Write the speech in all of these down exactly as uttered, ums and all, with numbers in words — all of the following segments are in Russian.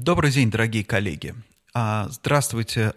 Добрый день, дорогие коллеги. Здравствуйте,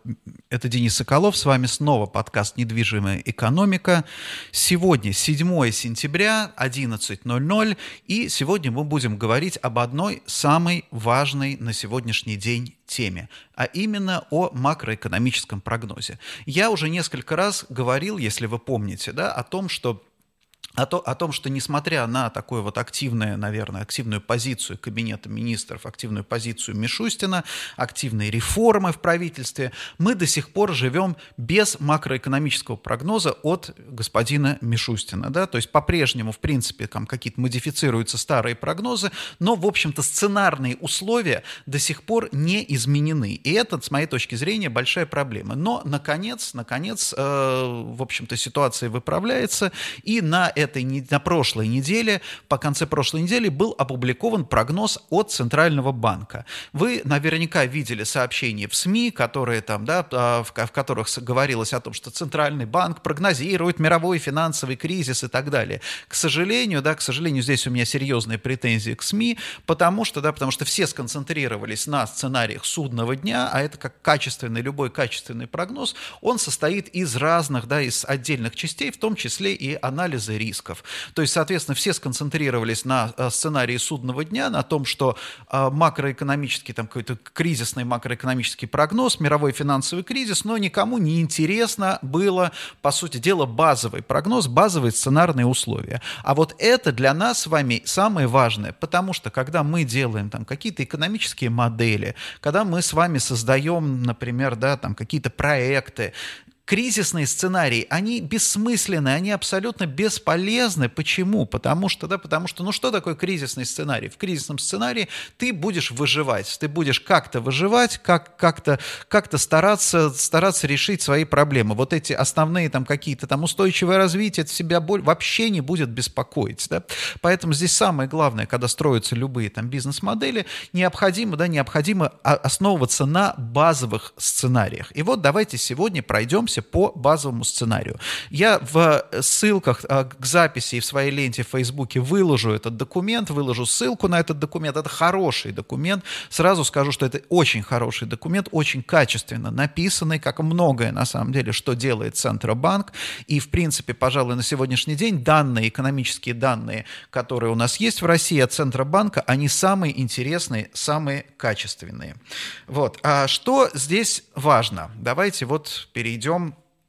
это Денис Соколов, с вами снова подкаст «Недвижимая экономика». Сегодня седьмое сентября, одиннадцать ноль ноль, и сегодня мы будем говорить об одной самой важной на сегодняшний день теме, а именно о макроэкономическом прогнозе. Я уже несколько раз говорил, если вы помните, да, о том, что О, то, о том, что несмотря на такую вот активную, наверное, активную позицию Кабинета министров, активную позицию Мишустина, активные реформы в правительстве, мы до сих пор живем без макроэкономического прогноза от господина Мишустина. Да? То есть по-прежнему, в принципе, там какие-то модифицируются старые прогнозы, но, в общем-то, сценарные условия до сих пор не изменены. И это, с моей точки зрения, большая проблема. Но, наконец, наконец, э, в общем-то, ситуация выправляется, и на Этой, на прошлой неделе, по конце прошлой недели был опубликован прогноз от Центрального банка. Вы наверняка видели сообщения в СМИ, которые там, да, в, в которых говорилось о том, что Центральный банк прогнозирует мировой финансовый кризис и так далее. К сожалению, да, к сожалению, здесь у меня серьезные претензии к СМИ, потому что, да, потому что все сконцентрировались на сценариях судного дня, а это как качественный, любой качественный прогноз, он состоит из разных, да, из отдельных частей, в том числе и анализа рисков. То есть, соответственно, все сконцентрировались на сценарии судного дня, на том, что макроэкономический, там какой-то кризисный макроэкономический прогноз, мировой финансовый кризис, но никому не интересно было, по сути дела, базовый прогноз, базовые сценарные условия. А вот это для нас с вами самое важное, потому что когда мы делаем там какие-то экономические модели, когда мы с вами создаем, например, да, там какие-то проекты, кризисные сценарии, они бессмысленны, они абсолютно бесполезны. Почему? Потому что, да, потому что, ну что такое кризисный сценарий? В кризисном сценарии ты будешь выживать, ты будешь как-то выживать, как, как-то, как-то стараться, стараться решить свои проблемы. Вот эти основные там какие-то там устойчивое развитие, это себя боль, вообще не будет беспокоить. Да? Поэтому здесь самое главное, когда строятся любые там бизнес-модели, необходимо, да, необходимо основываться на базовых сценариях. И вот давайте сегодня пройдемся по базовому сценарию. Я в ссылках к записи в своей ленте в Фейсбуке выложу этот документ, выложу ссылку на этот документ. Это хороший документ. Сразу скажу, что это очень хороший документ, очень качественно написанный, как многое на самом деле, что делает Центробанк. И, в принципе, пожалуй, на сегодняшний день данные, экономические данные, которые у нас есть в России от Центробанка, они самые интересные, самые качественные. Вот. А что здесь важно? Давайте вот перейдем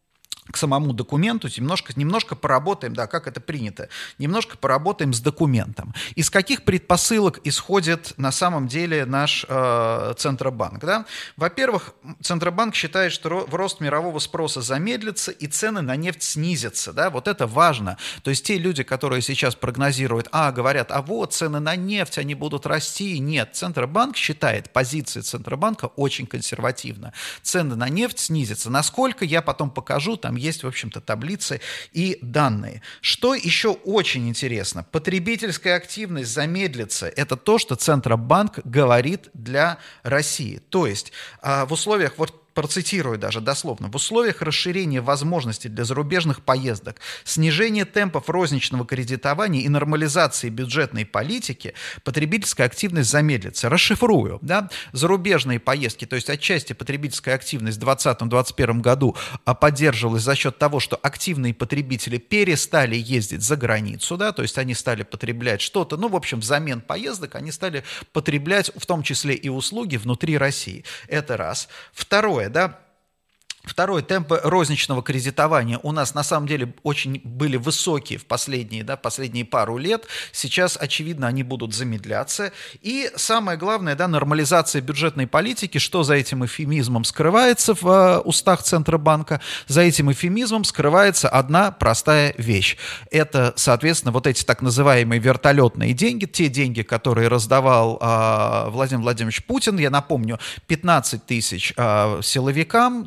к самому документу, немножко, немножко поработаем, да, как это принято, немножко поработаем с документом. Из каких предпосылок исходит на самом деле наш э, Центробанк? Да? Во-первых, Центробанк считает, что рост мирового спроса замедлится и цены на нефть снизятся. Да? Вот это важно. То есть те люди, которые сейчас прогнозируют, а, говорят, а вот цены на нефть, они будут расти. Нет, Центробанк считает, позиция Центробанка очень консервативна. Цены на нефть снизятся. Насколько, я потом покажу, там есть, в общем-то, таблицы и данные. Что еще очень интересно? Потребительская активность замедлится. Это то, что Центробанк говорит для России. То есть в условиях, вот процитирую даже дословно, в условиях расширения возможностей для зарубежных поездок, снижения темпов розничного кредитования и нормализации бюджетной политики потребительская активность замедлится. Расшифрую. Да? Зарубежные поездки, то есть отчасти потребительская активность в двадцатом — двадцать первом году поддерживалась за счет того, что активные потребители перестали ездить за границу, да? То есть они стали потреблять что-то, ну, в общем, взамен поездок они стали потреблять в том числе и услуги внутри России. Это раз. Второе. Да, Второе, темпы розничного кредитования у нас на самом деле очень были высокие в последние, да, последние пару лет. Сейчас, очевидно, они будут замедляться. И самое главное, да, нормализация бюджетной политики. Что за этим эвфемизмом скрывается в э, устах Центробанка? За этим эвфемизмом скрывается одна простая вещь. Это, соответственно, вот эти так называемые вертолетные деньги, те деньги, которые раздавал э, Владимир Владимирович Путин. Я напомню, пятнадцать тысяч э, силовикам, да,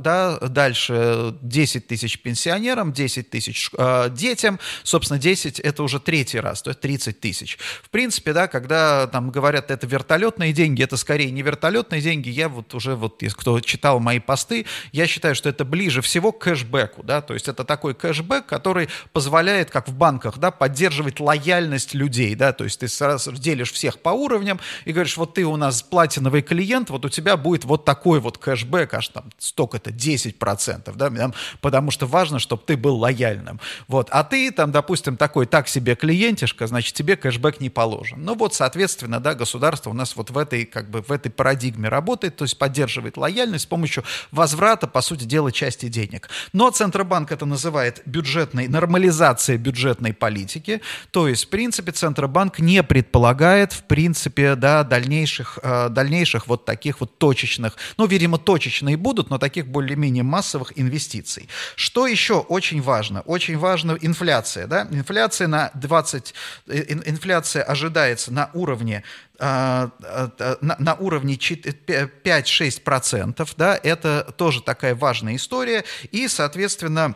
дальше десять тысяч пенсионерам, десять тысяч э, детям, собственно, десять это уже третий раз, то есть тридцать тысяч. В принципе, да, когда там говорят, это вертолетные деньги, это скорее не вертолетные деньги, я вот уже, вот, кто читал мои посты, я считаю, что это ближе всего к кэшбэку, да, то есть это такой кэшбэк, который позволяет, как в банках, да, поддерживать лояльность людей, да, то есть ты сразу делишь всех по уровням и говоришь, вот ты у нас платиновый клиент, вот у тебя будет вот такой вот кэшбэк, аж там столько-то, десять процентов, да, потому что важно, чтобы ты был лояльным, вот, а ты там, допустим, такой, так себе клиентишка, значит, тебе кэшбэк не положен. Ну вот, соответственно, да, государство у нас вот в этой, как бы, в этой парадигме работает, то есть поддерживает лояльность с помощью возврата, по сути дела, части денег. Но Центробанк это называет бюджетной, нормализацией бюджетной политики, то есть, в принципе, Центробанк не предполагает, в принципе, да, дальнейших, э, дальнейших вот таких вот точечных, ну, видимо, точечные будут, но таких более-менее массовых инвестиций. Что еще очень важно? Очень важна инфляция, да, инфляция на двадцать, инфляция ожидается на уровне На, на уровне пять-шесть процентов, да, это тоже такая важная история, и, соответственно,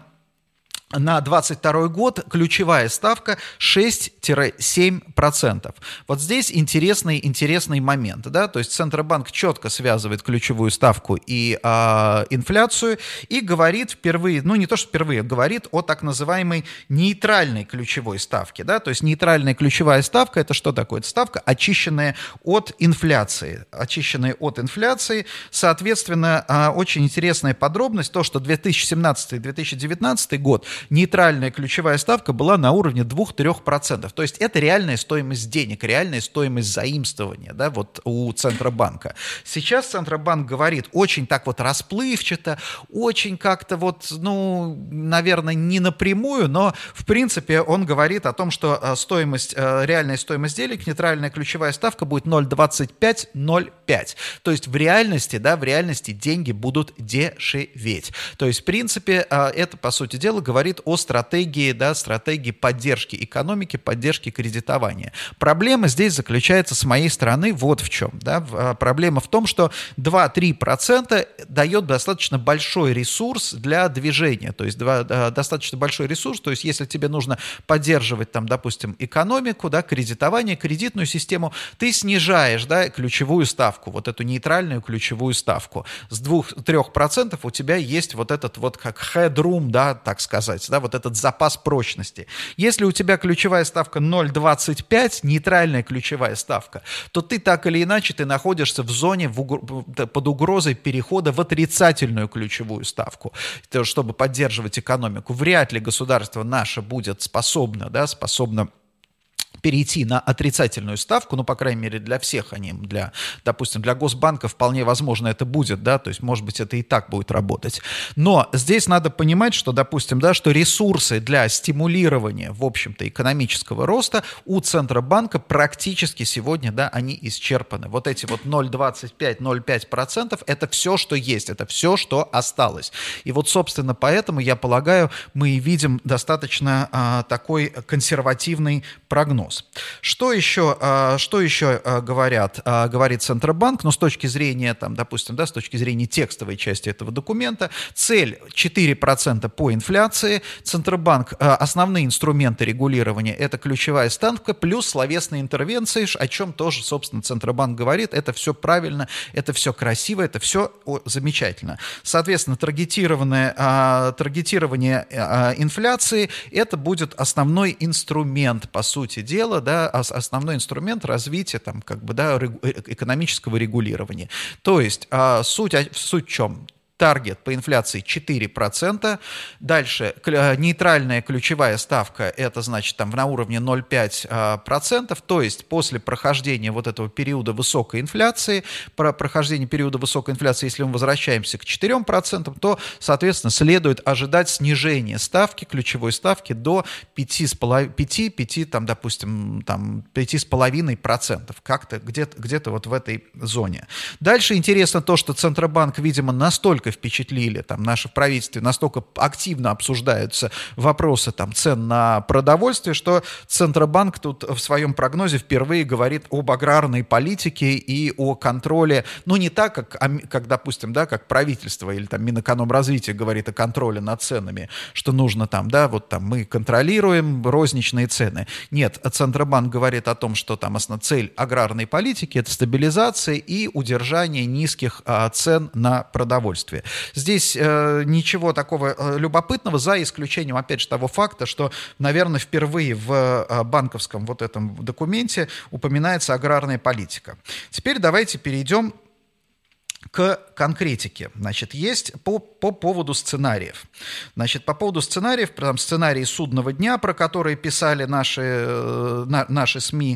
на двадцать второй год ключевая ставка шесть-семь процентов. Вот здесь интересный, интересный момент, да, то есть Центробанк четко связывает ключевую ставку и э, инфляцию и говорит впервые, ну не то что впервые, говорит о так называемой нейтральной ключевой ставке, да, то есть нейтральная ключевая ставка это что такое? Это ставка, очищенная от инфляции, очищенная от инфляции, соответственно, э, очень интересная подробность, то, что две тысячи семнадцатый - две тысячи девятнадцатый год нейтральная ключевая ставка была на уровне двух-трёх процентов. То есть это реальная стоимость денег, реальная стоимость заимствования, да, вот у Центробанка. Сейчас Центробанк говорит очень так вот расплывчато, очень как-то вот, ну, наверное, не напрямую, но в принципе он говорит о том, что стоимость, реальная стоимость денег, нейтральная ключевая ставка будет ноль целых двадцать пять - ноль целых пять. То есть в реальности, да, в реальности деньги будут дешеветь. То есть в принципе это, по сути дела, говорит о стратегии, да, стратегии поддержки экономики, поддержки кредитования. Проблема здесь заключается с моей стороны вот в чем. Да. Проблема в том, что два-три процента дает достаточно большой ресурс для движения, то есть два, достаточно большой ресурс, то есть если тебе нужно поддерживать, там, допустим, экономику, да, кредитование, кредитную систему, ты снижаешь, да, ключевую ставку, вот эту нейтральную ключевую ставку. С двух-трёх процентов у тебя есть вот этот вот как headroom, да, так сказать, да, вот этот запас прочности. Если у тебя ключевая ставка ноль целых двадцать пять, нейтральная ключевая ставка, то ты так или иначе ты находишься в зоне в угр... под угрозой перехода в отрицательную ключевую ставку, чтобы поддерживать экономику. Вряд ли государство наше будет способно, да, способно перейти на отрицательную ставку, ну, по крайней мере, для всех они, для, допустим, для Госбанка вполне возможно это будет, да, то есть, может быть, это и так будет работать. Но здесь надо понимать, что, допустим, да, что ресурсы для стимулирования, в общем-то, экономического роста у Центробанка практически сегодня, да, они исчерпаны. Вот эти вот ноль целых двадцать пять - ноль целых пять процентов это все, что есть, это все, что осталось. И вот, собственно, поэтому, я полагаю, мы и видим достаточно а, такой консервативный прогноз. Что еще, что еще говорят, говорит Центробанк, ну, с точки зрения, там, допустим, да, с точки зрения текстовой части этого документа, цель четыре процента по инфляции, Центробанк, основные инструменты регулирования, это ключевая ставка плюс словесные интервенции, о чем тоже, собственно, Центробанк говорит, это все правильно, это все красиво, это все замечательно. Соответственно, таргетированное, таргетирование инфляции, это будет основной инструмент, по сути дела, да, основной инструмент развития там, как бы, да, экономического регулирования. То есть а, суть, суть в чем? Таргет по инфляции четыре процента. Дальше нейтральная ключевая ставка, это значит там на уровне ноль целых пять процентов, то есть после прохождения вот этого периода высокой инфляции, про прохождение периода высокой инфляции, если мы возвращаемся к четырем процентам, то, соответственно, следует ожидать снижения ставки, ключевой ставки до пяти, пяти, там, допустим, там, пяти с половиной процентов, как-то где-то, где-то вот в этой зоне. Дальше интересно то, что Центробанк, видимо, настолько настолько впечатлили, там, наши в правительстве настолько активно обсуждаются вопросы там, цен на продовольствие, что Центробанк тут в своем прогнозе впервые говорит об аграрной политике и о контроле, ну, не так, как, как допустим, да, как правительство или там Минэкономразвития говорит о контроле над ценами, что нужно там, да, вот там мы контролируем розничные цены. Нет, Центробанк говорит о том, что там основная цель аграрной политики — это стабилизация и удержание низких а, цен на продовольствие. Здесь э, ничего такого э, любопытного, за исключением, опять же, того факта, что, наверное, впервые в э, банковском вот этом документе упоминается аграрная политика. Теперь давайте перейдем к конкретике. Значит, есть по, по поводу сценариев. Значит, по поводу сценариев, там сценарии судного дня, про которые писали наши, на, наши СМИ,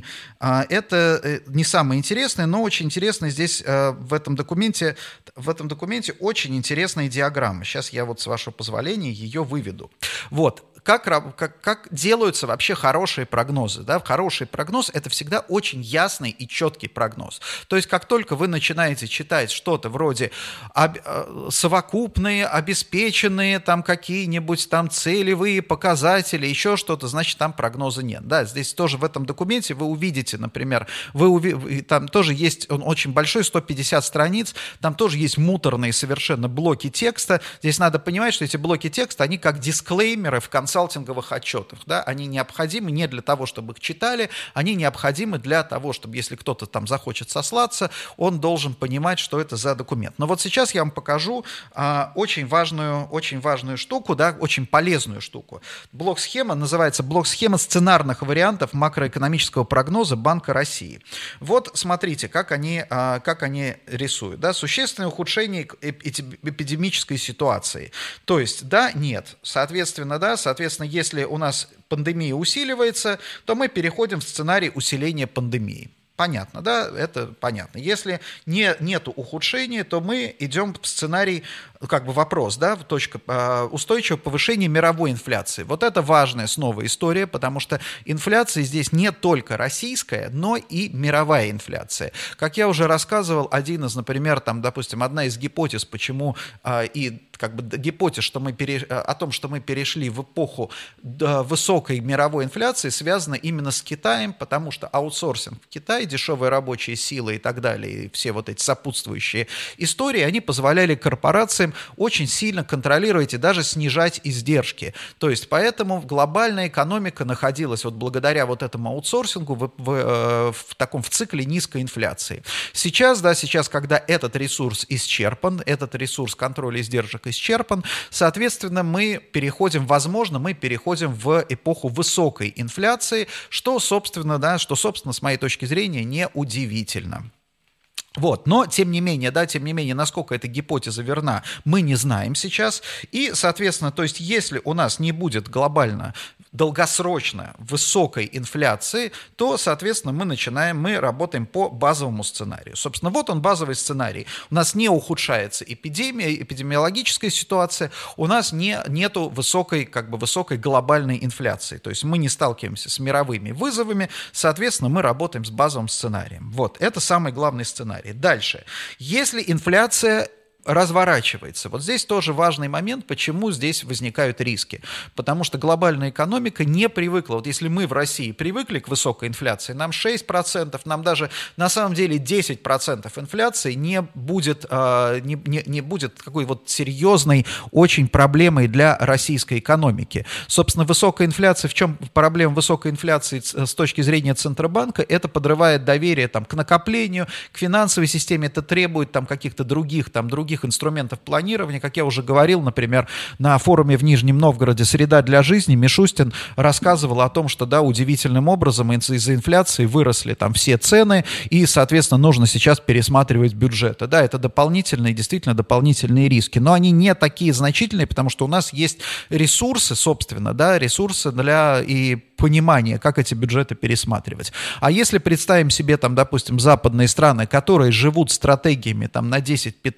это не самое интересное, но очень интересно здесь в этом документе, в этом документе очень интересная диаграмма. Сейчас я вот, с вашего позволения, ее выведу. Вот. Как, как, как делаются вообще хорошие прогнозы? Да? Хороший прогноз — это всегда очень ясный и четкий прогноз. То есть как только вы начинаете читать что-то вроде об, совокупные, обеспеченные там какие-нибудь там целевые показатели, еще что-то, значит, там прогноза нет. Да? Здесь тоже в этом документе вы увидите, например, вы уви... там тоже есть, он очень большой, сто пятьдесят страниц, там тоже есть муторные совершенно блоки текста. Здесь надо понимать, что эти блоки текста, они как дисклеймеры в конце консалтинговых отчетах, да, они необходимы не для того, чтобы их читали, они необходимы для того, чтобы, если кто-то там захочет сослаться, он должен понимать, что это за документ. Но вот сейчас я вам покажу а, очень важную, очень важную штуку, да, очень полезную штуку. Блок-схема называется «Блок-схема сценарных вариантов макроэкономического прогноза Банка России». Вот смотрите, как они, а, как они рисуют. Да, существенное ухудшение эпидемической ситуации. То есть, да, нет. Соответственно, да, соответственно, Соответственно, если у нас пандемия усиливается, то мы переходим в сценарий усиления пандемии. Понятно, да? Это понятно. Если не, нету ухудшения, то мы идем в сценарий, как бы вопрос, да, точка устойчивого повышения мировой инфляции. Вот это важная снова история, потому что инфляция здесь не только российская, но и мировая инфляция. Как я уже рассказывал, один из, например, там, допустим, одна из гипотез, почему и как бы гипотез, что мы переш... о том, что мы перешли в эпоху высокой мировой инфляции, связана именно с Китаем, потому что аутсорсинг в Китае, дешевая рабочая сила и так далее, и все вот эти сопутствующие истории, они позволяли корпорациям очень сильно контролировать и даже снижать издержки. То есть поэтому глобальная экономика находилась вот благодаря вот этому аутсорсингу в, в, в таком в цикле низкой инфляции. Сейчас, да, сейчас, когда этот ресурс исчерпан, этот ресурс контроля издержек исчерпан, соответственно, мы переходим, возможно, мы переходим в эпоху высокой инфляции, что, собственно, да, что, собственно, с моей точки зрения, неудивительно. Вот, но, тем не менее, да, тем не менее, насколько эта гипотеза верна, мы не знаем сейчас, и, соответственно, то есть, если у нас не будет глобально, долгосрочно высокой инфляции, то, соответственно, мы начинаем, мы работаем по базовому сценарию. Собственно, вот он, базовый сценарий. У нас не ухудшается эпидемия, эпидемиологическая ситуация, у нас не, нету высокой, как бы, высокой глобальной инфляции, то есть мы не сталкиваемся с мировыми вызовами, соответственно, мы работаем с базовым сценарием. Вот, это самый главный сценарий. Дальше. Если инфляция разворачивается. Вот здесь тоже важный момент, почему здесь возникают риски. Потому что глобальная экономика не привыкла. Вот если мы в России привыкли к высокой инфляции, нам шесть процентов, нам даже на самом деле десять процентов инфляции не будет, не, не, не будет такой вот серьезной очень проблемой для российской экономики. Собственно, высокая инфляция, в чем проблема высокой инфляции с точки зрения Центробанка? Это подрывает доверие там, к накоплению, к финансовой системе, это требует там, каких-то других, там, других инструментов планирования. Как я уже говорил, например, на форуме в Нижнем Новгороде «Среда для жизни» Мишустин рассказывал о том, что, да, удивительным образом из-за инфляции выросли там все цены, и, соответственно, нужно сейчас пересматривать бюджеты. Да, это дополнительные, действительно дополнительные риски, но они не такие значительные, потому что у нас есть ресурсы, собственно, да, ресурсы для и понимания, как эти бюджеты пересматривать. А если представим себе, там, допустим, западные страны, которые живут стратегиями там, на десять-пятнадцать лет,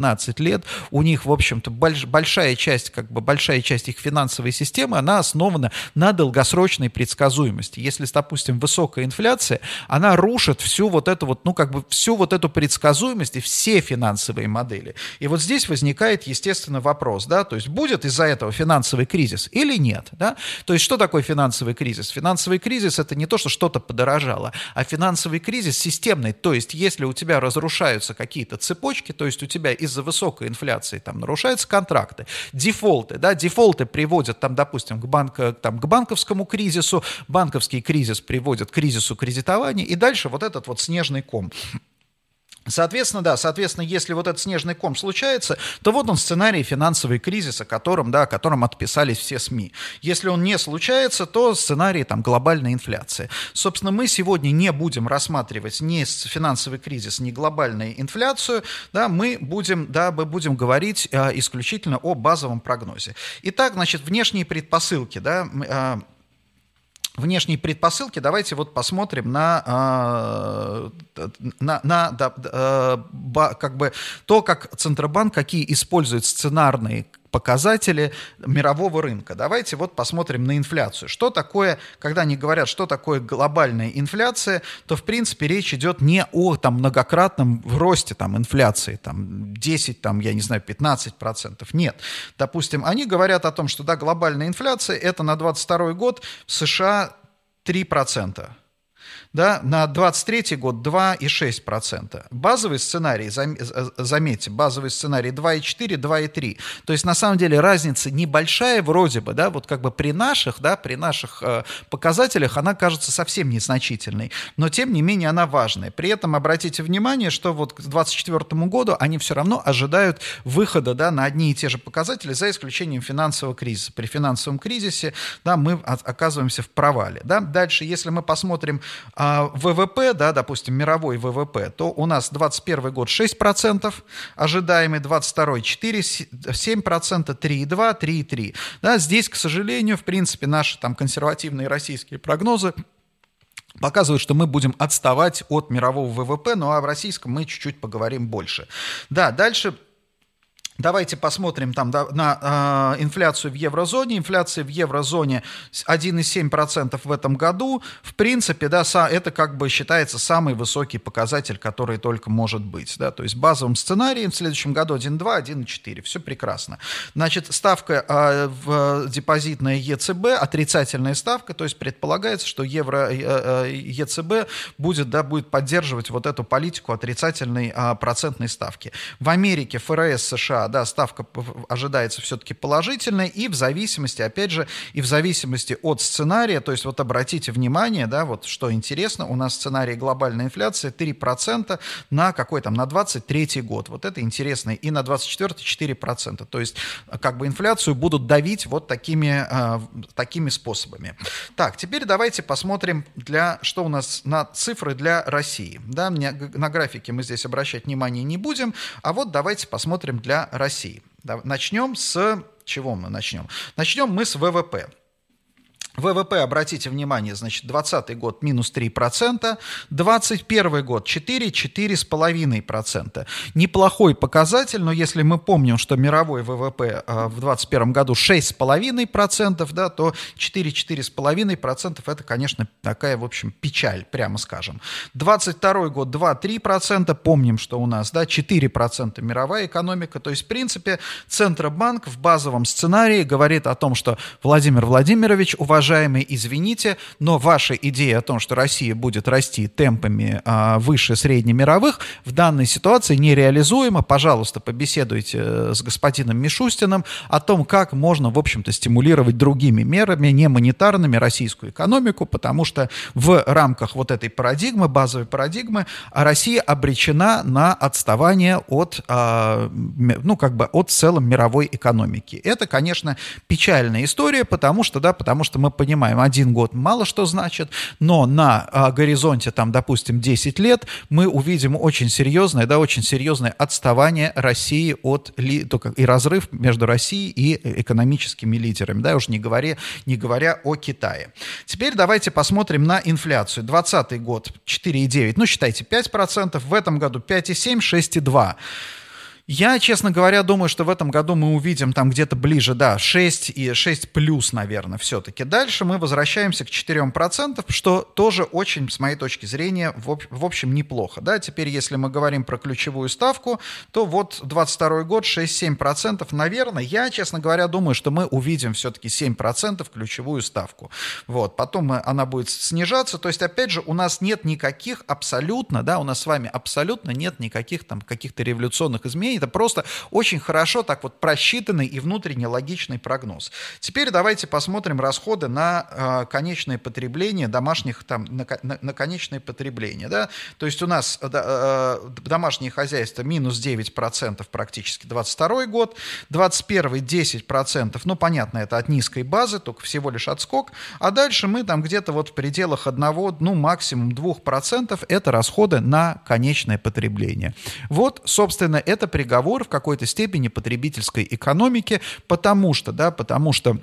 лет у них, в общем-то, больш, большая часть, как бы большая часть их финансовой системы, она основана на долгосрочной предсказуемости. Если, допустим, высокая инфляция, она рушит всю вот эту вот, ну, как бы всю вот эту предсказуемость и все финансовые модели. И вот здесь возникает, естественно, вопрос, да, то есть будет из-за этого финансовый кризис или нет, да? То есть что такое финансовый кризис? Финансовый кризис — это не то, что что-то подорожало, а финансовый кризис системный, то есть если у тебя разрушаются какие-то цепочки, то есть у тебя из-за высокой инфляции там нарушаются контракты, дефолты, да, дефолты приводят там, допустим, к, банк, там, к банковскому кризису, банковский кризис приводит к кризису кредитования, и дальше вот этот вот снежный ком. Соответственно, да, соответственно, если вот этот снежный ком случается, то вот он сценарий финансового кризиса, которым, да, о котором отписались все СМИ. Если он не случается, то сценарий там глобальной инфляции. Собственно, мы сегодня не будем рассматривать ни финансовый кризис, ни глобальную инфляцию, да, мы будем, да, мы будем говорить а, исключительно о базовом прогнозе. Итак, значит, внешние предпосылки, да, а, Внешние предпосылки, давайте вот посмотрим на, на, на да, как бы то, как Центробанк, какие использует сценарные показатели мирового рынка. Давайте вот посмотрим на инфляцию. Что такое, когда они говорят, что такое глобальная инфляция, то в принципе речь идет не о там, многократном росте там, инфляции, там, десять, там, я не знаю, пятнадцать процентов. Нет. Допустим, они говорят о том, что да, глобальная инфляция это на двадцать второй год в США три процента. Да, на двадцать третий год два и шесть десятых процента. Базовый сценарий, заметьте, базовый сценарий два и четыре, два и три. То есть, на самом деле, разница небольшая вроде бы, да, вот как бы при наших, да, при наших э, показателях она кажется совсем незначительной, но, тем не менее, она важная. При этом обратите внимание, что вот к двадцать четвёртому году они все равно ожидают выхода, да, на одни и те же показатели, за исключением финансового кризиса. При финансовом кризисе, да, мы оказываемся в провале, да. Дальше, если мы посмотрим ВВП, да, допустим, мировой ВВП, то у нас двадцать первый год шесть процентов ожидаемый, двадцать второй четыре, семь процентов, три и два, три и три. Да, здесь, к сожалению, в принципе, наши там консервативные российские прогнозы показывают, что мы будем отставать от мирового ВВП, ну а в российском мы чуть-чуть поговорим больше. Да, дальше... Давайте посмотрим там, да, на э, инфляцию в еврозоне. Инфляция в еврозоне один и семь десятых процента в этом году. В принципе, да, са, это как бы считается самый высокий показатель, который только может быть. Да, то есть в базовом сценарии в следующем году один и два, один и четыре. Все прекрасно. Значит, ставка э, в депозитная ЕЦБ, отрицательная ставка, то есть предполагается, что евро, э, э, ЕЦБ будет, да, будет поддерживать вот эту политику отрицательной э, процентной ставки. В Америке ФРС США, да, ставка ожидается все-таки положительной, и в зависимости, опять же, и в зависимости от сценария, то есть вот обратите внимание, да, вот что интересно, у нас сценарий глобальной инфляции три процента на какой там, на двадцать третий год, вот это интересно, и на двадцать четвёртый четыре процента, то есть как бы инфляцию будут давить вот такими, э, такими способами. Так, теперь давайте посмотрим, для, что у нас на цифры для России, да, на графике мы здесь обращать внимание не будем, а вот давайте посмотрим для России. Начнем с чего мы начнем? Начнем мы с ВВП. ВВП, обратите внимание, значит, двадцатый год минус три процента, двадцать первый год четыре, четыре с половиной процента. Неплохой показатель, но если мы помним, что мировой ВВП в двадцать первом году шесть с половиной процентов, да, то четыре, четыре с половиной процента это, конечно, такая, в общем, печаль, прямо скажем. двадцать второй год два-три процента, помним, что у нас, да, четыре процента мировая экономика, то есть, в принципе, Центробанк в базовом сценарии говорит о том, что Владимир Владимирович, уважаемый, Уважаемые, извините, но ваша идея о том, что Россия будет расти темпами а, выше среднемировых, в данной ситуации нереализуема. Пожалуйста, побеседуйте с господином Мишустиным о том, как можно, в общем-то, стимулировать другими мерами, не монетарными, российскую экономику, потому что в рамках вот этой парадигмы, базовой парадигмы, Россия обречена на отставание от, а, ну, как бы от в целом мировой экономики. Это, конечно, печальная история, потому что, да, потому что мы понимаем, один год мало что значит, но на а, горизонте, там, допустим, десять лет мы увидим очень серьезное, да, очень серьезное отставание России от, ли, только, и разрыв между Россией и экономическими лидерами, да, уж не говоря, не говоря о Китае. Теперь давайте посмотрим на инфляцию. двадцатый год четыре и девять, ну, считайте, пять процентов, в этом году пять и семь, шесть и два. Я, честно говоря, думаю, что в этом году мы увидим там где-то ближе, да, шесть и шесть плюс, наверное, все-таки. Дальше мы возвращаемся к четырем процентам, что тоже очень, с моей точки зрения, в, в общем, неплохо. Да? Теперь, если мы говорим про ключевую ставку, то вот двадцать второй год шесть-семь процентов, наверное, я, честно говоря, думаю, что мы увидим все-таки семь процентов ключевую ставку. Вот. Потом она будет снижаться, то есть, опять же, у нас нет никаких абсолютно, да, у нас с вами абсолютно нет никаких там каких-то революционных изменений. Это просто очень хорошо так вот просчитанный и внутренне логичный прогноз. Теперь давайте посмотрим расходы на э, конечное потребление домашних, там, на, на, на конечное потребление. Да? То есть у нас э, э, домашние хозяйства минус девять процентов практически двадцать второй год, двадцать первый десять процентов, ну понятно, это от низкой базы, только всего лишь отскок, а дальше мы там где-то вот в пределах одного, ну максимум двух процентов это расходы на конечное потребление. Вот, собственно, это приговор в какой-то степени потребительской экономики, потому что, да, потому что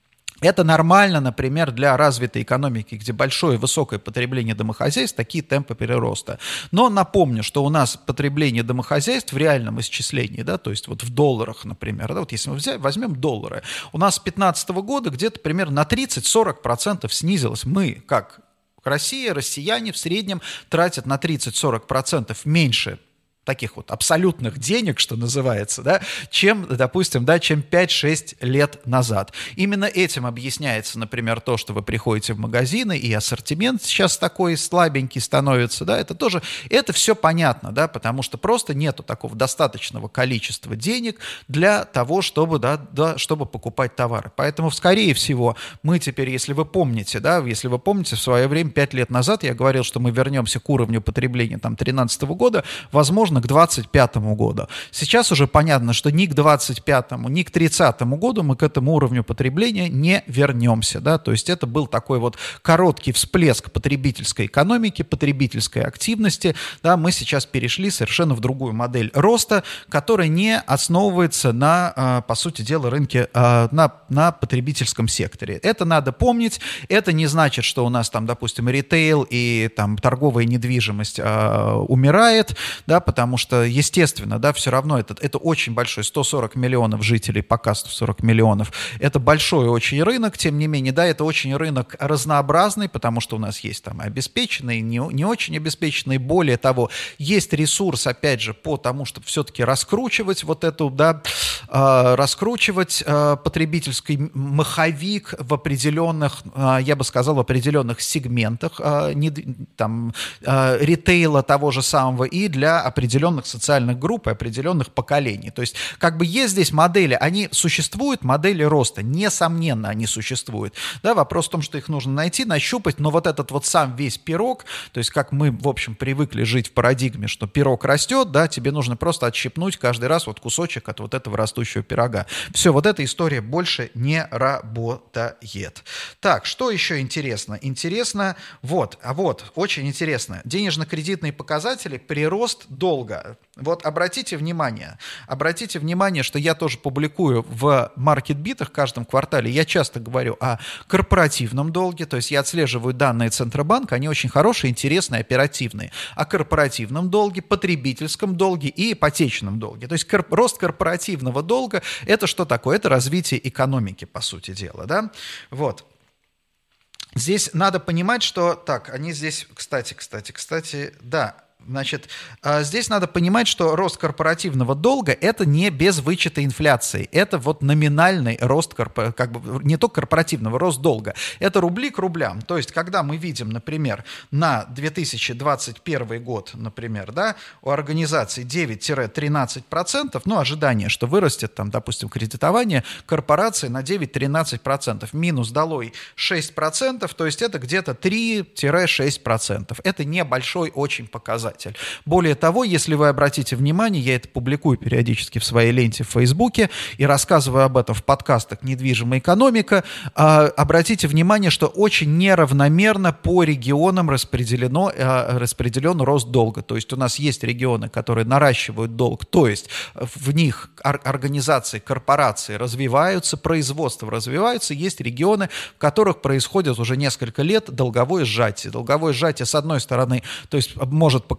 это нормально, например, для развитой экономики, где большое высокое потребление домохозяйств, такие темпы перероста. Но напомню, что у нас потребление домохозяйств в реальном исчислении, да, то есть вот в долларах, например, да, вот если мы взять, возьмем доллары, у нас с две тысячи пятнадцатого года где-то примерно на тридцать-сорок процентов снизилось. Мы, как Россия, россияне в среднем тратят на тридцать-сорок процентов меньше таких вот абсолютных денег, что называется, да, чем, допустим, да, чем пять-шесть лет назад. Именно этим объясняется, например, то, что вы приходите в магазины, и ассортимент сейчас такой слабенький становится, да, это тоже, это все понятно, да, потому что просто нету такого достаточного количества денег для того, чтобы, да, да, чтобы покупать товары. Поэтому, скорее всего, мы теперь, если вы помните, да, если вы помните, в свое время, пять лет назад я говорил, что мы вернемся к уровню потребления там тринадцатого года, возможно, к двадцать пятому году. Сейчас уже понятно, что ни к двадцать пятому, ни к тридцатому году мы к этому уровню потребления не вернемся. Да? То есть это был такой вот короткий всплеск потребительской экономики, потребительской активности. Да? Мы сейчас перешли совершенно в другую модель роста, которая не основывается на, по сути дела, рынке, на, на потребительском секторе. Это надо помнить. Это не значит, что у нас там, допустим, ритейл и там торговая недвижимость умирает, да, потому Потому что, естественно, да, все равно это, это очень большой, сто сорок миллионов жителей, пока сто сорок миллионов, это большой очень рынок, тем не менее, да, это очень рынок разнообразный, потому что у нас есть там обеспеченные, не, не очень обеспеченные, более того, есть ресурс, опять же, по тому, чтобы все-таки раскручивать вот эту, да, э, раскручивать э, потребительский маховик в определенных, э, я бы сказал, в определенных сегментах э, не, там, э, ритейла того же самого и для определенных определенных социальных групп и определенных поколений. То есть как бы есть здесь модели, они существуют, модели роста, несомненно, они существуют. Да, вопрос в том, что их нужно найти, нащупать, но вот этот вот сам весь пирог, то есть как мы, в общем, привыкли жить в парадигме, что пирог растет, да, тебе нужно просто отщипнуть каждый раз вот кусочек от вот этого растущего пирога. Все, вот эта история больше не работает. Так, что еще интересно? Интересно, вот, а вот, очень интересно, денежно-кредитные показатели, прирост долга. Вот обратите внимание, обратите внимание, что я тоже публикую в маркетбитах в каждом квартале, я часто говорю о корпоративном долге, то есть я отслеживаю данные Центробанка, они очень хорошие, интересные, оперативные, о корпоративном долге, потребительском долге и ипотечном долге. То есть корп- рост корпоративного долга – это что такое? Это развитие экономики, по сути дела, да? Вот. Здесь надо понимать, что… Так, они здесь, кстати, кстати, кстати, да… Значит, здесь надо понимать, что рост корпоративного долга – это не без вычета инфляции. Это вот номинальный рост, как бы, не только корпоративного, рост долга. Это рубли к рублям. То есть, когда мы видим, например, на две тысячи двадцать первый год, например, да, у организации девять-тринадцать процентов, ну, ожидание, что вырастет, там, допустим, кредитование корпорации на девять-тринадцать процентов, минус долой шесть процентов, то есть это где-то три-шесть процентов. Это небольшой очень показатель. Более того, если вы обратите внимание, я это публикую периодически в своей ленте в Фейсбуке и рассказываю об этом в подкастах «Недвижимая экономика», обратите внимание, что очень неравномерно по регионам распределено, распределен рост долга. То есть у нас есть регионы, которые наращивают долг, то есть в них организации, корпорации развиваются, производство развивается, есть регионы, в которых происходит уже несколько лет долговое сжатие. Долговое сжатие, с одной стороны, то есть может показаться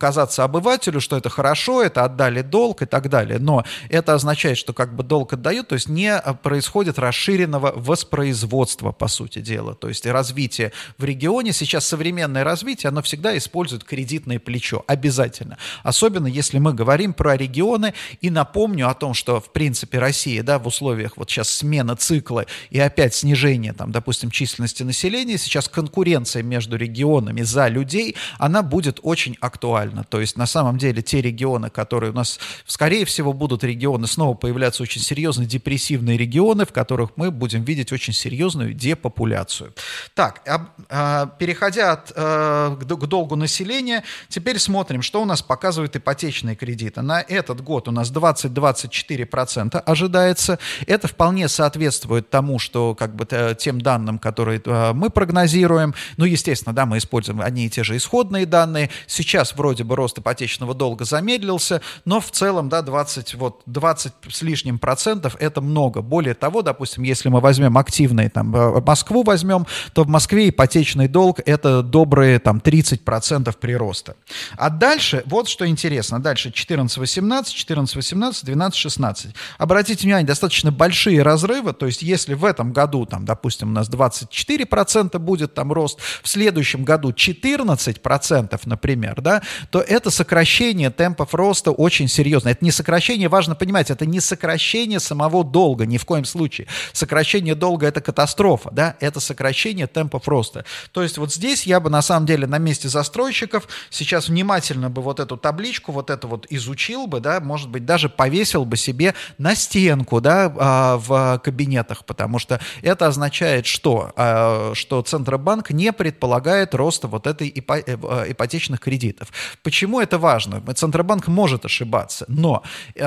показаться обывателю, что это хорошо, это отдали долг и так далее. Но это означает, что как бы долг отдают, то есть не происходит расширенного воспроизводства, по сути дела. То есть развитие в регионе, сейчас современное развитие, оно всегда использует кредитное плечо, обязательно. Особенно если мы говорим про регионы. И напомню о том, что, в принципе, Россия, да, в условиях вот сейчас смены цикла и опять снижение, там, допустим, численности населения, сейчас конкуренция между регионами за людей, она будет очень актуальна. То есть, на самом деле, те регионы, которые у нас, скорее всего, будут регионы, снова появляться очень серьезные депрессивные регионы, в которых мы будем видеть очень серьезную депопуляцию. Так, а, переходя от, а, к долгу населения, теперь смотрим, что у нас показывают ипотечные кредиты. На этот год у нас двадцать - двадцать четыре процента ожидается. Это вполне соответствует тому, что как бы тем данным, которые а, мы прогнозируем. Ну, естественно, да, мы используем одни и те же исходные данные. Сейчас вроде бы рост ипотечного долга замедлился, но в целом, да, двадцать, вот, двадцать с лишним процентов — это много. Более того, допустим, если мы возьмем активные, там, Москву возьмем, то в Москве ипотечный долг — это добрые, там, тридцать процентов прироста. А дальше, вот что интересно, дальше четырнадцать восемнадцать, четырнадцать восемнадцать, двенадцать шестнадцать. Обратите внимание, достаточно большие разрывы, то есть если в этом году, там, допустим, у нас двадцать четыре процента будет там рост, в следующем году четырнадцать процентов, например, да, то это сокращение темпов роста очень серьезно. Это не сокращение, важно понимать, это не сокращение самого долга, ни в коем случае. Сокращение долга — это катастрофа, да, это сокращение темпов роста. То есть вот здесь я бы на самом деле на месте застройщиков сейчас внимательно бы вот эту табличку, вот это вот изучил бы, да, может быть, даже повесил бы себе на стенку, да, в кабинетах, потому что это означает, что, что Центробанк не предполагает роста вот этой ипотечных кредитов. Почему это важно? Центробанк может ошибаться, но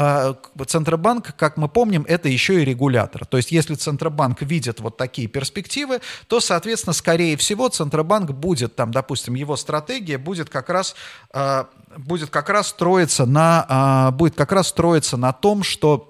Центробанк, как мы помним, это еще и регулятор. То есть если Центробанк видит вот такие перспективы, то, соответственно, скорее всего, Центробанк будет, там, допустим, его стратегия будет как раз, будет как раз строиться на, будет как раз строиться на том, что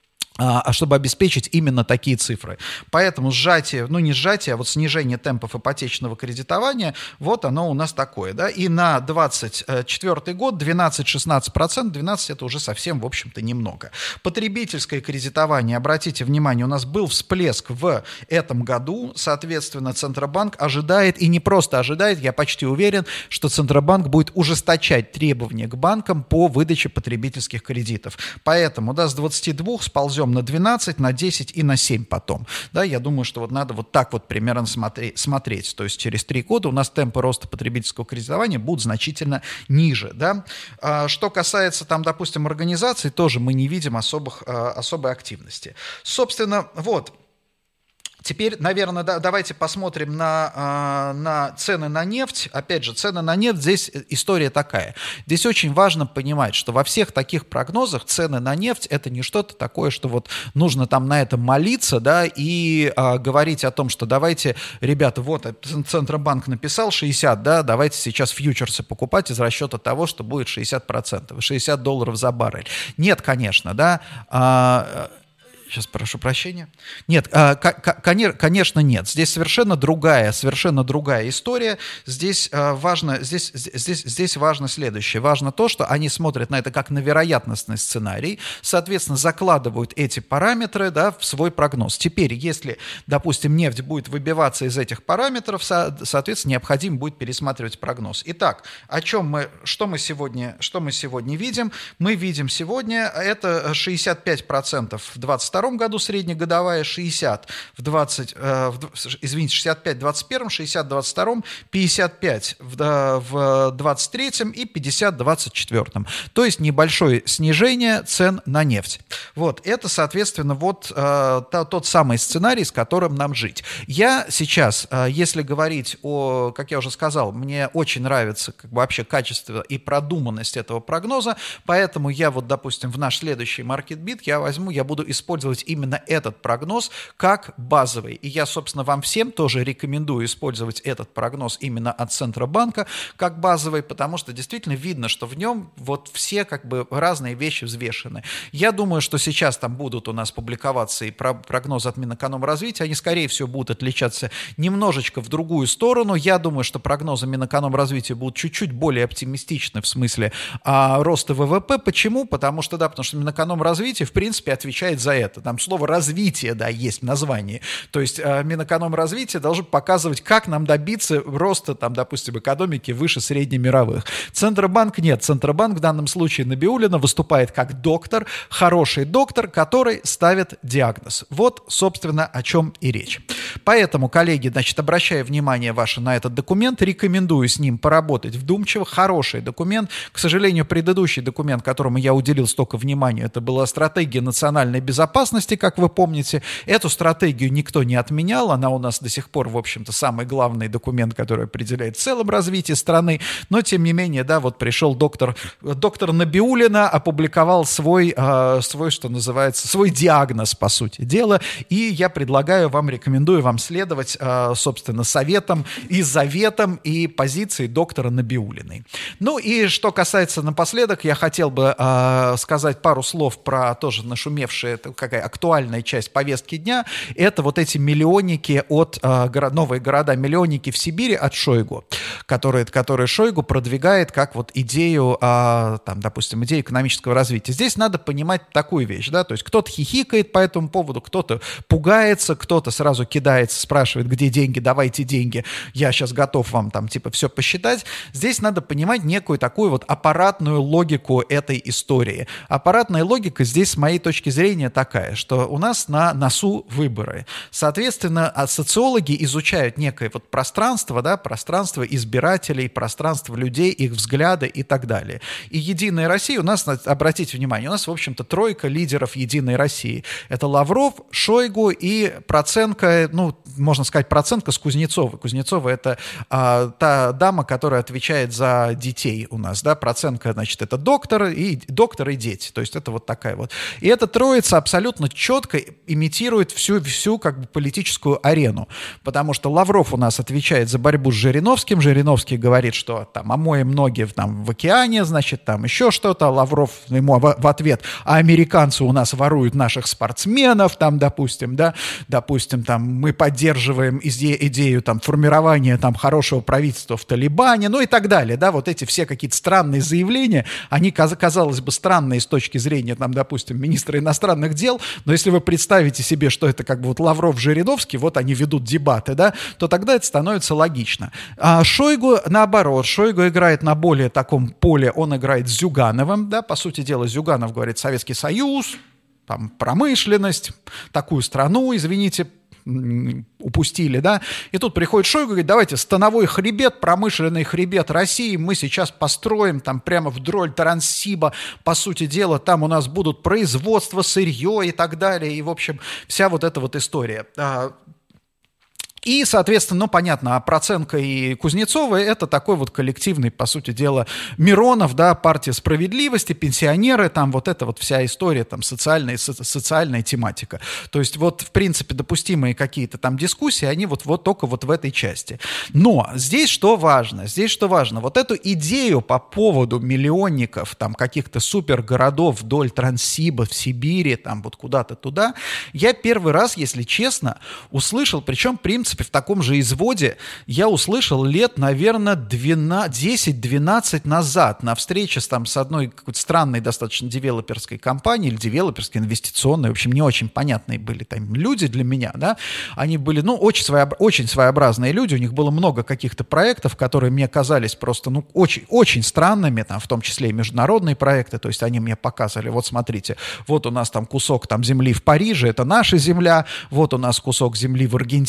а чтобы обеспечить именно такие цифры. Поэтому сжатие, ну не сжатие, а вот снижение темпов ипотечного кредитования, вот оно у нас такое, да, и на двадцать четвёртый год двенадцать-шестнадцать процентов, двенадцать это уже совсем, в общем-то, немного. Потребительское кредитование, обратите внимание, у нас был всплеск в этом году, соответственно, Центробанк ожидает, и не просто ожидает, я почти уверен, что Центробанк будет ужесточать требования к банкам по выдаче потребительских кредитов. Поэтому, да, с двадцати двух сползем на двенадцать, на десять и на семь потом. Да, я думаю, что вот надо вот так вот примерно смотреть, смотреть. То есть через три года у нас темпы роста потребительского кредитования будут значительно ниже. Да? А, что касается, там, допустим, организаций, тоже мы не видим особых, особой активности. Собственно, вот. Теперь, наверное, да, давайте посмотрим на, на цены на нефть. Опять же, цены на нефть, здесь история такая. Здесь очень важно понимать, что во всех таких прогнозах цены на нефть — это не что-то такое, что вот нужно там на это молиться, да, и а, говорить о том, что давайте, ребята, вот Центробанк написал шестьдесят, да, давайте сейчас фьючерсы покупать из расчета того, что будет шестьдесят процентов, шестьдесят долларов за баррель. Нет, конечно, да, а, Сейчас прошу прощения. Нет, конечно, нет. Здесь совершенно другая, совершенно другая история. Здесь важно, здесь, здесь, здесь важно следующее. Важно то, что они смотрят на это как на вероятностный сценарий, соответственно, закладывают эти параметры, да, в свой прогноз. Теперь, если, допустим, нефть будет выбиваться из этих параметров, соответственно, необходимо будет пересматривать прогноз. Итак, о чем мы, что мы сегодня, что мы сегодня видим? Мы видим сегодня это шестьдесят пять процентов в двадцать втором году среднегодовая, шестьдесят в двадцать, э, в, извините, шестьдесят пять в двадцать первом, шестьдесят в двадцать втором, пятьдесят пять в, в двадцать третьем и пятьдесят в двадцать четвёртом. То есть небольшое снижение цен на нефть. Вот, это, соответственно, вот э, та, тот самый сценарий, с которым нам жить. Я сейчас, э, если говорить о, как я уже сказал, мне очень нравится как бы вообще качество и продуманность этого прогноза, поэтому я вот, допустим, в наш следующий маркетбит я возьму, я буду использовать использовать именно этот прогноз как базовый. И я, собственно, вам всем тоже рекомендую использовать этот прогноз именно от Центробанка как базовый, потому что действительно видно, что в нем вот все как бы разные вещи взвешены. Я думаю, что сейчас там будут у нас публиковаться и прогнозы от Минэкономразвития, они, скорее всего, будут отличаться немножечко в другую сторону. Я думаю, что прогнозы Минэкономразвития будут чуть-чуть более оптимистичны в смысле а, роста ВВП. Почему? Потому что, да, потому что Минэкономразвитие, в принципе, отвечает за это. Там слово «развитие», да, есть в названии. То есть а, Минэкономразвитие должен показывать, как нам добиться роста, там, допустим, экономики выше среднемировых. Центробанк нет. Центробанк в данном случае Набиуллина выступает как доктор, хороший доктор, который ставит диагноз. Вот, собственно, о чем и речь. Поэтому, коллеги, значит, обращая внимание ваше на этот документ, рекомендую с ним поработать вдумчиво. Хороший документ. К сожалению, предыдущий документ, которому я уделил столько внимания, это была стратегия национальной безопасности, как вы помните. Эту стратегию никто не отменял. Она у нас до сих пор, в общем-то, самый главный документ, который определяет в целом развитие страны. Но, тем не менее, да, вот пришел доктор, доктор Набиуллина, опубликовал свой, э, свой, что называется, свой диагноз, по сути дела. И я предлагаю вам, рекомендую вам следовать, э, собственно, советам и заветам и позиции доктора Набиуллиной. Ну и что касается напоследок, я хотел бы э, сказать пару слов про тоже нашумевшая, это какая актуальная часть повестки дня. Это вот эти миллионники от э, горо, новые города-миллионники в Сибири от Шойгу, которые, которые Шойгу продвигает как вот идею, э, там, допустим, идею экономического развития. Здесь надо понимать такую вещь, да, то есть кто-то хихикает по этому поводу, кто-то пугается, кто-то сразу кидается, спрашивает, где деньги, давайте деньги, я сейчас готов вам там типа все посчитать. Здесь надо понимать некую такую вот аппаратную логику этой истории. Аппаратная логика здесь, с моей точки зрения, такая, что у нас на носу выборы. Соответственно, социологи изучают некое вот пространство, да, пространство избирателей, пространство людей, их взгляды и так далее. И «Единая Россия» у нас, обратите внимание, у нас, в общем-то, тройка лидеров «Единой России». Это Лавров, Шойгу и Проценко, ну, можно сказать, Проценко с Кузнецовой. Кузнецова — это а, та дама, которая отвечает за детей у нас, да, Проценко, значит, это доктор и, доктор и дети, то есть это вот такая вот. И эта троица абсолютно четко имитирует всю, всю как бы политическую арену, потому что Лавров у нас отвечает за борьбу с Жириновским, Жириновский говорит, что там омоем ноги там в океане, значит, там еще что-то, а Лавров ему в, в ответ, а американцы у нас воруют наших спортсменов, там, допустим, да, допустим, там, мы поддерживаем иде- идею там формирования там хорошего правительства в Талибане, ну и так далее, да, вот эти все какие-то странные заявления, они, казалось бы, странные с точки зрения, там, допустим, министра иностранных дел, но если вы представите себе, что это как бы вот Лавров-Жириновский, вот они ведут дебаты, да, то тогда это становится логично. А Шойгу, наоборот, Шойгу играет на более таком поле, он играет с Зюгановым, да, по сути дела, Зюганов говорит Советский Союз, там, промышленность, такую страну, извините, упустили, да, и тут приходит Шойгу и говорит, давайте становой хребет, промышленный хребет России мы сейчас построим там прямо вдоль Транссиба, по сути дела, там у нас будут производство, сырье и так далее, и, в общем, вся вот эта вот история. И, соответственно, ну, понятно, а Проценко и Кузнецова — это такой вот коллективный, по сути дела, Миронов, да, партия справедливости, пенсионеры, там вот эта вот вся история, там, социальная, со- социальная тематика. То есть вот, в принципе, допустимые какие-то там дискуссии, они вот, вот только вот в этой части. Но здесь что важно? Здесь что важно? Вот эту идею по поводу миллионников, там, каких-то супергородов вдоль Транссиба в Сибири, там, вот куда-то туда, я первый раз, если честно, услышал, причем принцип в таком же изводе я услышал лет, наверное, десять-двенадцать назад на встрече с, там, с одной какой-то странной достаточно девелоперской компанией или девелоперской, инвестиционной, в общем, не очень понятные были там люди для меня, да, они были, ну, очень, своеоб... очень своеобразные люди, у них было много каких-то проектов, которые мне казались просто, ну, очень, очень странными, там, в том числе и международные проекты, то есть они мне показывали, вот смотрите, вот у нас там кусок там земли в Париже, это наша земля, вот у нас кусок земли в Аргентине, там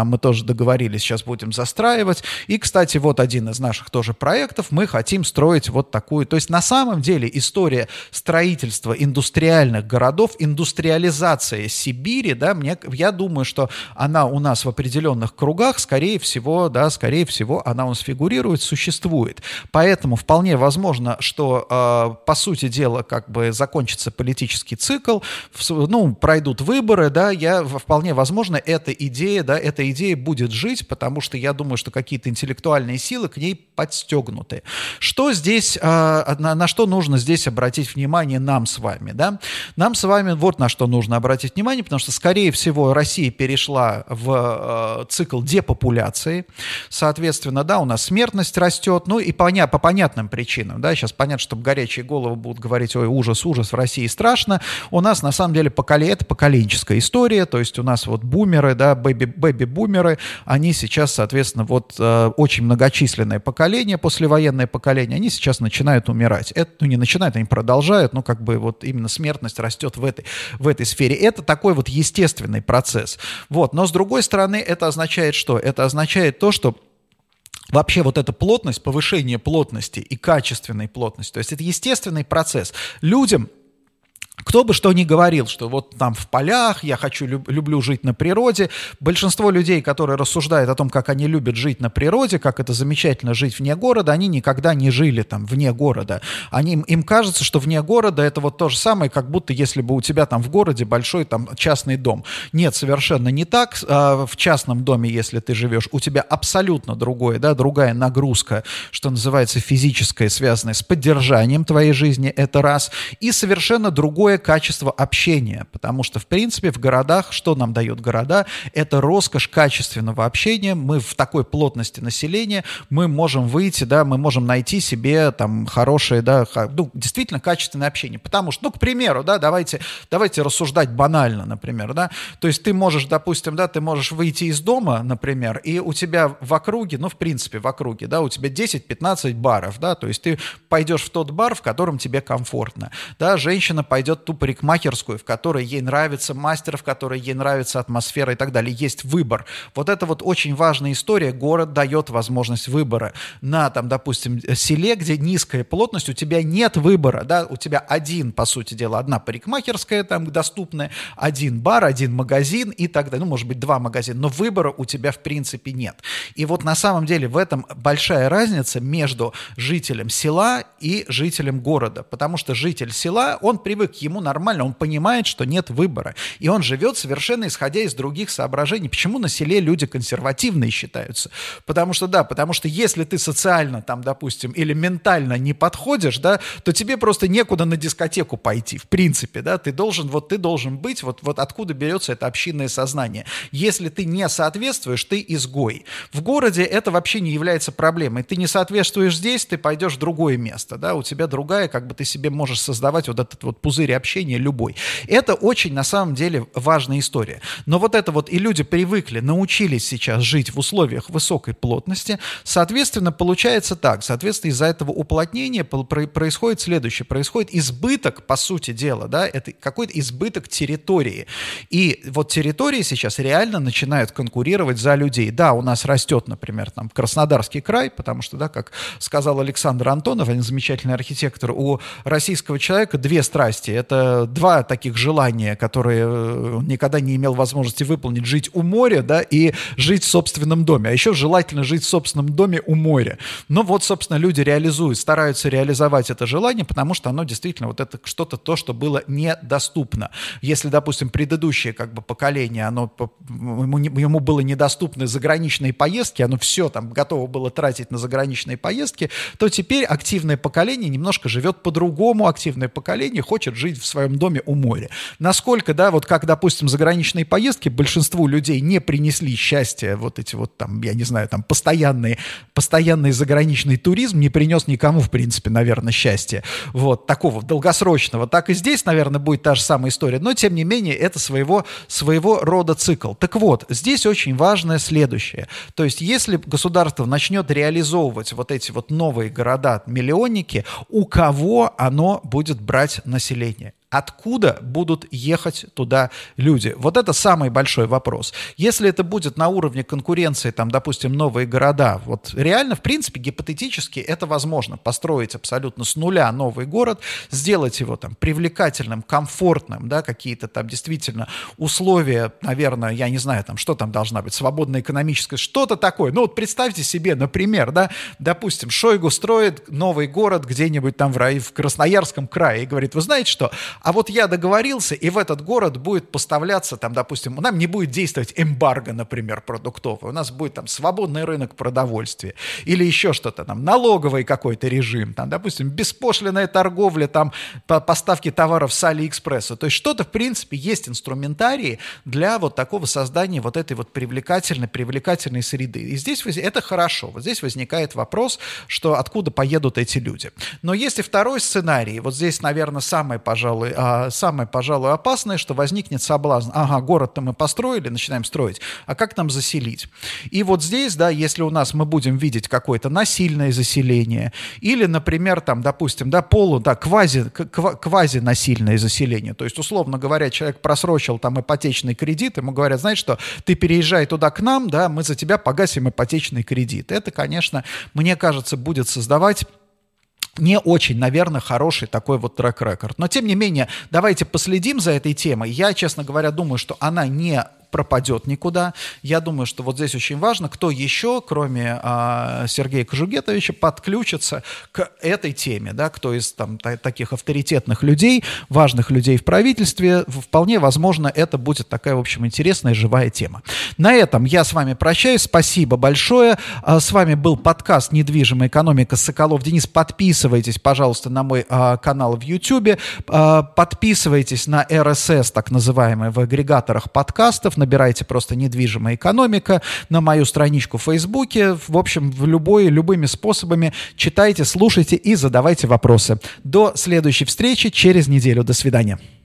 там мы тоже договорились, сейчас будем застраивать. И, кстати, вот один из наших тоже проектов, мы хотим строить вот такую. То есть на самом деле история строительства индустриальных городов, индустриализация Сибири, да, мне, я думаю, что она у нас в определенных кругах, скорее всего, да, скорее всего, она у нас фигурирует, существует. Поэтому вполне возможно, что, э, по сути дела, как бы закончится политический цикл, ну, пройдут выборы, да, я, вполне возможно, эта идея, да, эта идея будет жить, потому что я думаю, что какие-то интеллектуальные силы к ней подстегнуты. Что здесь, э, на, на что нужно здесь обратить внимание нам с вами, да? Нам с вами вот на что нужно обратить внимание, потому что, скорее всего, Россия перешла в э, цикл депопуляции, соответственно, да, у нас смертность растет, ну и поня- по понятным причинам, да, сейчас понятно, что горячие головы будут говорить, ой, ужас, ужас, в России страшно, у нас на самом деле поколе- это поколенческая история, то есть у нас вот бумеры, да, бэби- бэби-бумеры, они сейчас, соответственно, вот э, очень многочисленное поколение, послевоенное поколение, они сейчас начинают умирать. Это, ну, не начинают, они продолжают, но как бы вот именно смертность растет в этой, в этой сфере. Это такой вот естественный процесс. Вот. Но с другой стороны, это означает что? Это означает то, что вообще вот эта плотность, повышение плотности и качественной плотности, то есть это естественный процесс. Людям, кто бы что ни говорил, что вот там в полях, я хочу, люб, люблю жить на природе, большинство людей, которые рассуждают о том, как они любят жить на природе, как это замечательно жить вне города, они никогда не жили там вне города. Они, им кажется, что вне города это вот то же самое, как будто если бы у тебя там в городе большой там частный дом. Нет, совершенно не так. В частном доме, если ты живешь, у тебя абсолютно другое, да, другая нагрузка, что называется физическая, связанная с поддержанием твоей жизни, это раз, и совершенно другое качество общения, потому что, в принципе, в городах, что нам дает города, это роскошь качественного общения, мы в такой плотности населения, мы можем выйти, да, мы можем найти себе там хорошее, да, ну, действительно качественное общение, потому что, ну, к примеру, да, давайте, давайте рассуждать банально, например, да, то есть ты можешь, допустим, да, ты можешь выйти из дома, например, и у тебя в округе, ну, в принципе, в округе, да, у тебя десять-пятнадцать баров, да, то есть ты пойдешь в тот бар, в котором тебе комфортно, да, женщина пойдет ту парикмахерскую, в которой ей нравится мастер, в которой ей нравится атмосфера и так далее. Есть выбор. Вот это вот очень важная история. Город дает возможность выбора. На, там, допустим, селе, где низкая плотность, у тебя нет выбора, да, у тебя один, по сути дела, одна парикмахерская там доступная, один бар, один магазин и так далее. Ну, может быть, два магазина, но выбора у тебя, в принципе, нет. И вот на самом деле в этом большая разница между жителем села и жителем города, потому что житель села, он привык, ему нормально, он понимает, что нет выбора. И он живет совершенно исходя из других соображений. Почему на селе люди консервативные считаются? Потому что, да, потому что если ты социально, там, допустим, или ментально не подходишь, да, то тебе просто некуда на дискотеку пойти, в принципе, да, ты должен, вот ты должен быть, вот, вот откуда берется это общинное сознание. Если ты не соответствуешь, ты изгой. В городе это вообще не является проблемой. Ты не соответствуешь здесь, ты пойдешь в другое место, да, у тебя другая, как бы ты себе можешь создавать вот этот вот пузырь общения любой. Это очень, на самом деле, важная история. Но вот это вот, и люди привыкли, научились сейчас жить в условиях высокой плотности, соответственно, получается так, соответственно, из-за этого уплотнения происходит следующее, происходит избыток, по сути дела, да, это какой-то избыток территории. И вот территории сейчас реально начинают конкурировать за людей. Да, у нас растет, например, там, Краснодарский край, потому что, да, как сказал Александр Антонов, один замечательный архитектор, у российского человека две страсти. Это два таких желания, которые он никогда не имел возможности выполнить: жить у моря, да, и жить в собственном доме. А еще желательно жить в собственном доме у моря. Но вот, собственно, люди реализуют, стараются реализовать это желание, потому что оно действительно вот это что-то то, что было недоступно. Если, допустим, предыдущее как бы поколение, оно, ему, ему было недоступны заграничные поездки, оно все там готово было тратить на заграничные поездки, то теперь активное поколение немножко живет по-другому. Активное поколение хочет жить в своем доме у моря. Насколько, да, вот как, допустим, заграничные поездки большинству людей не принесли счастья, вот эти вот там, я не знаю, там постоянные, постоянный заграничный туризм не принес никому, в принципе, наверное, счастья, вот, такого долгосрочного. Так и здесь, наверное, будет та же самая история, но, тем не менее, это своего, своего рода цикл. Так вот, здесь очень важное следующее. То есть, если государство начнет реализовывать вот эти вот новые города-миллионники, у кого оно будет брать население? Откуда будут ехать туда люди? Вот это самый большой вопрос. Если это будет на уровне конкуренции, там, допустим, новые города, вот реально, в принципе, гипотетически это возможно. Построить абсолютно с нуля новый город, сделать его там привлекательным, комфортным, да, какие-то там действительно условия, наверное, я не знаю, там, что там должна быть, свободная экономическая, что-то такое. Ну вот представьте себе, например, да, допустим, Шойгу строит новый город где-нибудь там в, рай, в Красноярском крае и говорит, вы знаете что, а вот я договорился, и в этот город будет поставляться, там, допустим, нам не будет действовать эмбарго, например, продуктовый, у нас будет там свободный рынок продовольствия или еще что-то, там, налоговый какой-то режим, там, допустим, беспошлинная торговля, там, по поставки товаров с Алиэкспресса. То есть что-то, в принципе, есть инструментарии для вот такого создания вот этой вот привлекательной, привлекательной среды. И здесь это хорошо. Вот здесь возникает вопрос, что откуда поедут эти люди. Но есть и второй сценарий. Вот здесь, наверное, самый, пожалуй, самое, пожалуй, опасное, что возникнет соблазн. Ага, город-то мы построили, начинаем строить, а как нам заселить? И вот здесь, да, если у нас мы будем видеть какое-то насильное заселение или, например, там, допустим, да, полу, да, квази, квази-насильное заселение, то есть, условно говоря, человек просрочил там ипотечный кредит, ему говорят, знаешь что, ты переезжай туда к нам, да, мы за тебя погасим ипотечный кредит. Это, конечно, мне кажется, будет создавать не очень, наверное, хороший такой вот трек-рекорд. Но, тем не менее, давайте последим за этой темой. Я, честно говоря, думаю, что она не пропадет никуда. Я думаю, что вот здесь очень важно, кто еще, кроме а, Сергея Кожугетовича, подключится к этой теме, да, кто из там та- таких авторитетных людей, важных людей в правительстве, вполне возможно, это будет такая, в общем, интересная, живая тема. На этом я с вами прощаюсь. Спасибо большое. А, с вами был подкаст «Недвижимая экономика» Соколов Денис. Подписывайтесь, пожалуйста, на мой а, канал в YouTube. А, подписывайтесь на эр эс эс, так называемый, в агрегаторах подкастов. Набирайте просто «Недвижимая экономика», на мою страничку в Фейсбуке. В общем, в любой, любыми способами читайте, слушайте и задавайте вопросы. До следующей встречи через неделю. До свидания.